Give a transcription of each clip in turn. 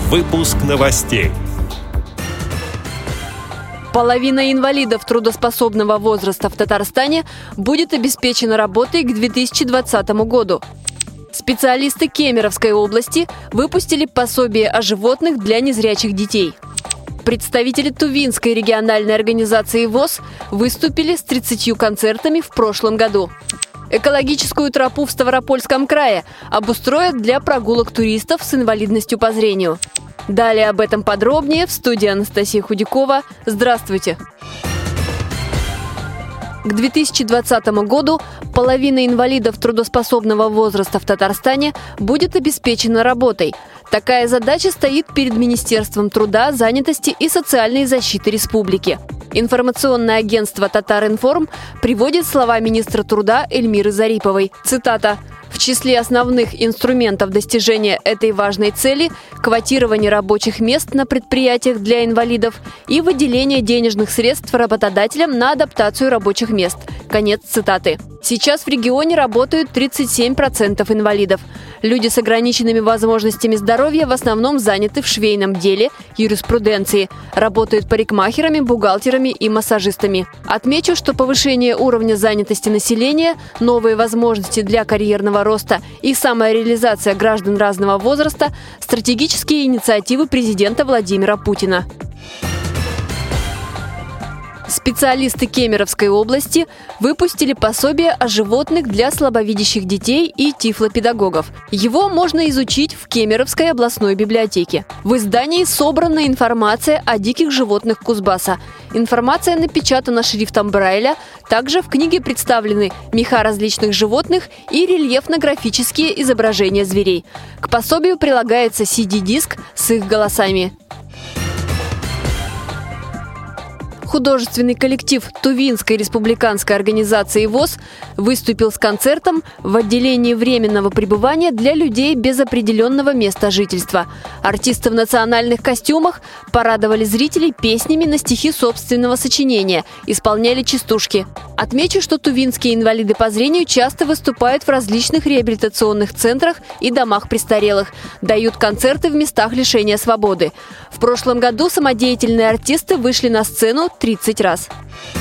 Выпуск новостей. Половина инвалидов трудоспособного возраста в Татарстане будет обеспечена работой к 2020 году. Специалисты Кемеровской области выпустили пособие о животных для незрячих детей. Представители Тувинской региональной организации ВОС выступили с 30 концертами в прошлом году. Экологическую тропу в Ставропольском крае обустроят для прогулок туристов с инвалидностью по зрению. Далее об этом подробнее в студии Анастасия Худякова. Здравствуйте! К 2020 году половина инвалидов трудоспособного возраста в Татарстане будет обеспечена работой. Такая задача стоит перед Министерством труда, занятости и социальной защиты республики. Информационное агентство «Татаринформ» приводит слова министра труда Эльмиры Зариповой. Цитата. В числе основных инструментов достижения этой важной цели – квотирование рабочих мест на предприятиях для инвалидов и выделение денежных средств работодателям на адаптацию рабочих мест. Конец цитаты. Сейчас в регионе работают 37% инвалидов. Люди с ограниченными возможностями здоровья в основном заняты в швейном деле, юриспруденции, работают парикмахерами, бухгалтерами и массажистами. Отмечу, что повышение уровня занятости населения, новые возможности для карьерного роста и самореализация граждан разного возраста – стратегические инициативы президента Владимира Путина. Специалисты Кемеровской области выпустили пособие о животных для слабовидящих детей и тифлопедагогов. Его можно изучить в Кемеровской областной библиотеке. В издании собрана информация о диких животных Кузбасса. Информация напечатана шрифтом Брайля. Также в книге представлены меха различных животных и рельефно-графические изображения зверей. К пособию прилагается CD-диск с их голосами. Художественный коллектив Тувинской республиканской организации ВОС выступил с концертом в отделении временного пребывания для людей без определенного места жительства. Артисты в национальных костюмах порадовали зрителей песнями на стихи собственного сочинения, исполняли частушки. Отмечу, что тувинские инвалиды по зрению часто выступают в различных реабилитационных центрах и домах престарелых, дают концерты в местах лишения свободы. В прошлом году самодеятельные артисты вышли на сцену 30 раз.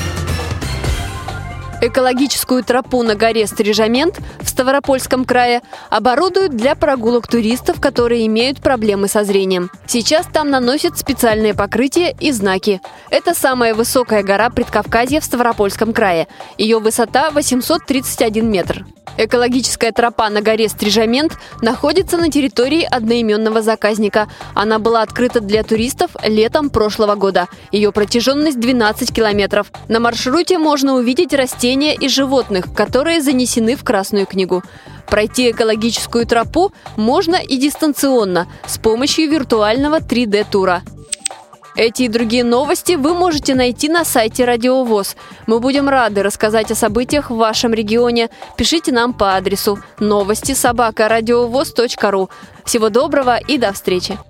Экологическую тропу на горе Стрижамент в Ставропольском крае оборудуют для прогулок туристов, которые имеют проблемы со зрением. Сейчас там наносят специальное покрытие и знаки. Это самая высокая гора Предкавказья в Ставропольском крае. Ее высота 831 метр. Экологическая тропа на горе Стрижамент находится на территории одноименного заказника. Она была открыта для туристов летом прошлого года. Ее протяженность 12 километров. На маршруте можно увидеть растения и животных, которые занесены в Красную книгу. Пройти экологическую тропу можно и дистанционно с помощью виртуального 3D-тура. Эти и другие новости вы можете найти на сайте Радио ВОС. Мы будем рады рассказать о событиях в вашем регионе. Пишите нам по адресу новости@радиовос.ру. Всего доброго и до встречи!